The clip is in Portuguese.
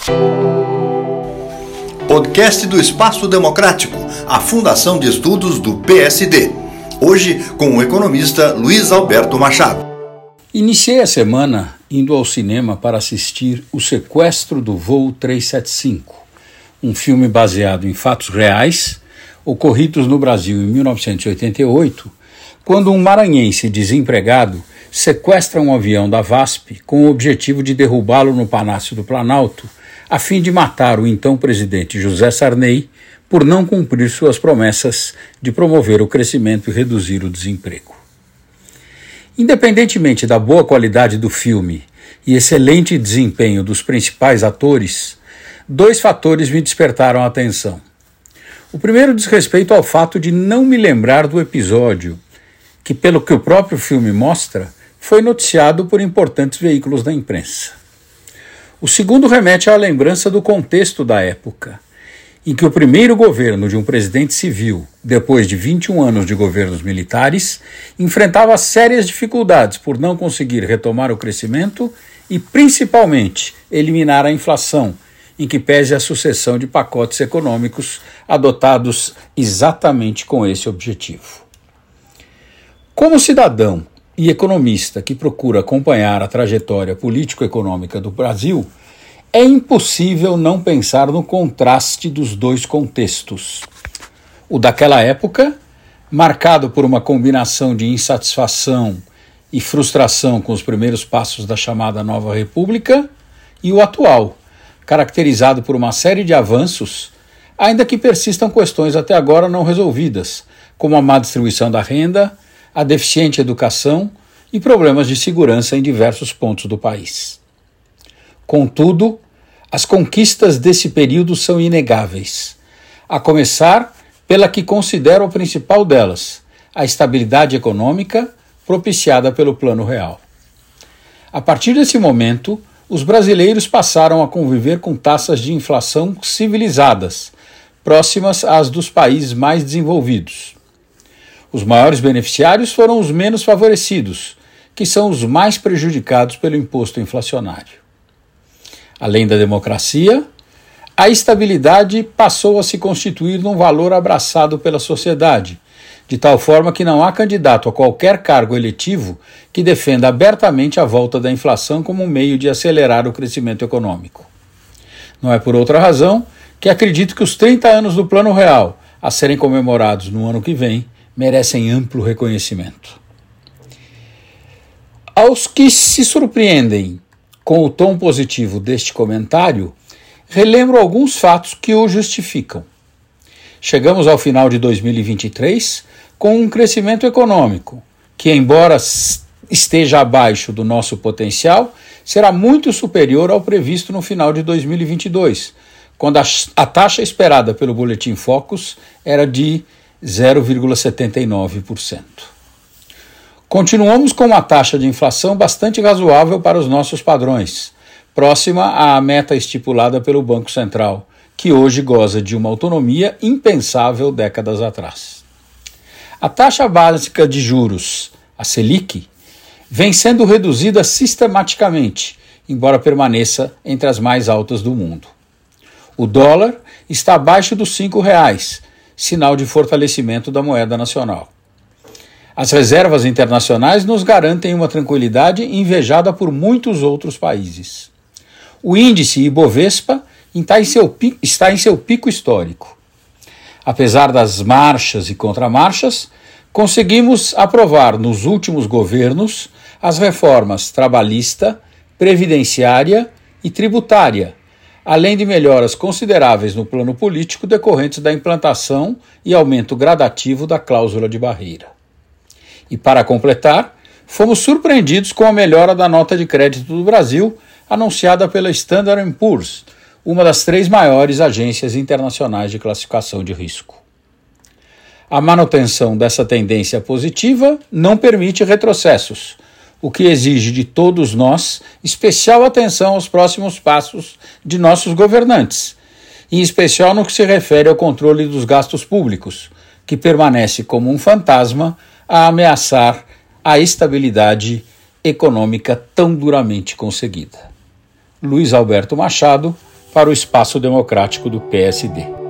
Podcast do Espaço Democrático, a Fundação de Estudos do PSD. Hoje com o economista Luiz Alberto Machado. Iniciei a semana indo ao cinema para assistir O Sequestro do Voo 375, um filme baseado em fatos reais ocorridos no Brasil em 1988, quando um maranhense desempregado sequestra um avião da VASP com o objetivo de derrubá-lo no Palácio do Planalto, a fim de matar o então presidente José Sarney por não cumprir suas promessas de promover o crescimento e reduzir o desemprego. Independentemente da boa qualidade do filme e excelente desempenho dos principais atores, dois fatores me despertaram a atenção. O primeiro diz respeito ao fato de não me lembrar do episódio, que, pelo que o próprio filme mostra, foi noticiado por importantes veículos da imprensa. O segundo remete à lembrança do contexto da época, em que o primeiro governo de um presidente civil, depois de 21 anos de governos militares, enfrentava sérias dificuldades por não conseguir retomar o crescimento e, principalmente, eliminar a inflação, em que pese a sucessão de pacotes econômicos adotados exatamente com esse objetivo. Como cidadão e economista que procura acompanhar a trajetória político-econômica do Brasil, é impossível não pensar no contraste dos dois contextos. O daquela época, marcado por uma combinação de insatisfação e frustração com os primeiros passos da chamada Nova República, e o atual, caracterizado por uma série de avanços, ainda que persistam questões até agora não resolvidas, como a má distribuição da renda, a deficiente educação e problemas de segurança em diversos pontos do país. Contudo, as conquistas desse período são inegáveis, a começar pela que considero a principal delas, a estabilidade econômica propiciada pelo Plano Real. A partir desse momento, os brasileiros passaram a conviver com taxas de inflação civilizadas, próximas às dos países mais desenvolvidos. Os maiores beneficiários foram os menos favorecidos, que são os mais prejudicados pelo imposto inflacionário. Além da democracia, a estabilidade passou a se constituir num valor abraçado pela sociedade, de tal forma que não há candidato a qualquer cargo eletivo que defenda abertamente a volta da inflação como um meio de acelerar o crescimento econômico. Não é por outra razão que acredito que os 30 anos do Plano Real, a serem comemorados no ano que vem, merecem amplo reconhecimento. Aos que se surpreendem com o tom positivo deste comentário, relembro alguns fatos que o justificam. Chegamos ao final de 2023 com um crescimento econômico que, embora esteja abaixo do nosso potencial, será muito superior ao previsto no final de 2022, quando a taxa esperada pelo Boletim Focus era de 0,79%. Continuamos com uma taxa de inflação bastante razoável para os nossos padrões, próxima à meta estipulada pelo Banco Central, que hoje goza de uma autonomia impensável décadas atrás. A taxa básica de juros, a Selic, vem sendo reduzida sistematicamente, embora permaneça entre as mais altas do mundo. O dólar está abaixo dos R$5, sinal de fortalecimento da moeda nacional. As reservas internacionais nos garantem uma tranquilidade invejada por muitos outros países. O índice Ibovespa está em seu pico histórico. Apesar das marchas e contramarchas, conseguimos aprovar nos últimos governos as reformas trabalhista, previdenciária e tributária, além de melhoras consideráveis no plano político decorrentes da implantação e aumento gradativo da cláusula de barreira. E para completar, fomos surpreendidos com a melhora da nota de crédito do Brasil, anunciada pela Standard & Poor's, uma das 3 maiores agências internacionais de classificação de risco. A manutenção dessa tendência positiva não permite retrocessos, o que exige de todos nós especial atenção aos próximos passos de nossos governantes, em especial no que se refere ao controle dos gastos públicos, que permanece como um fantasma a ameaçar a estabilidade econômica tão duramente conseguida. Luiz Alberto Machado, para o espaço democrático do PSD.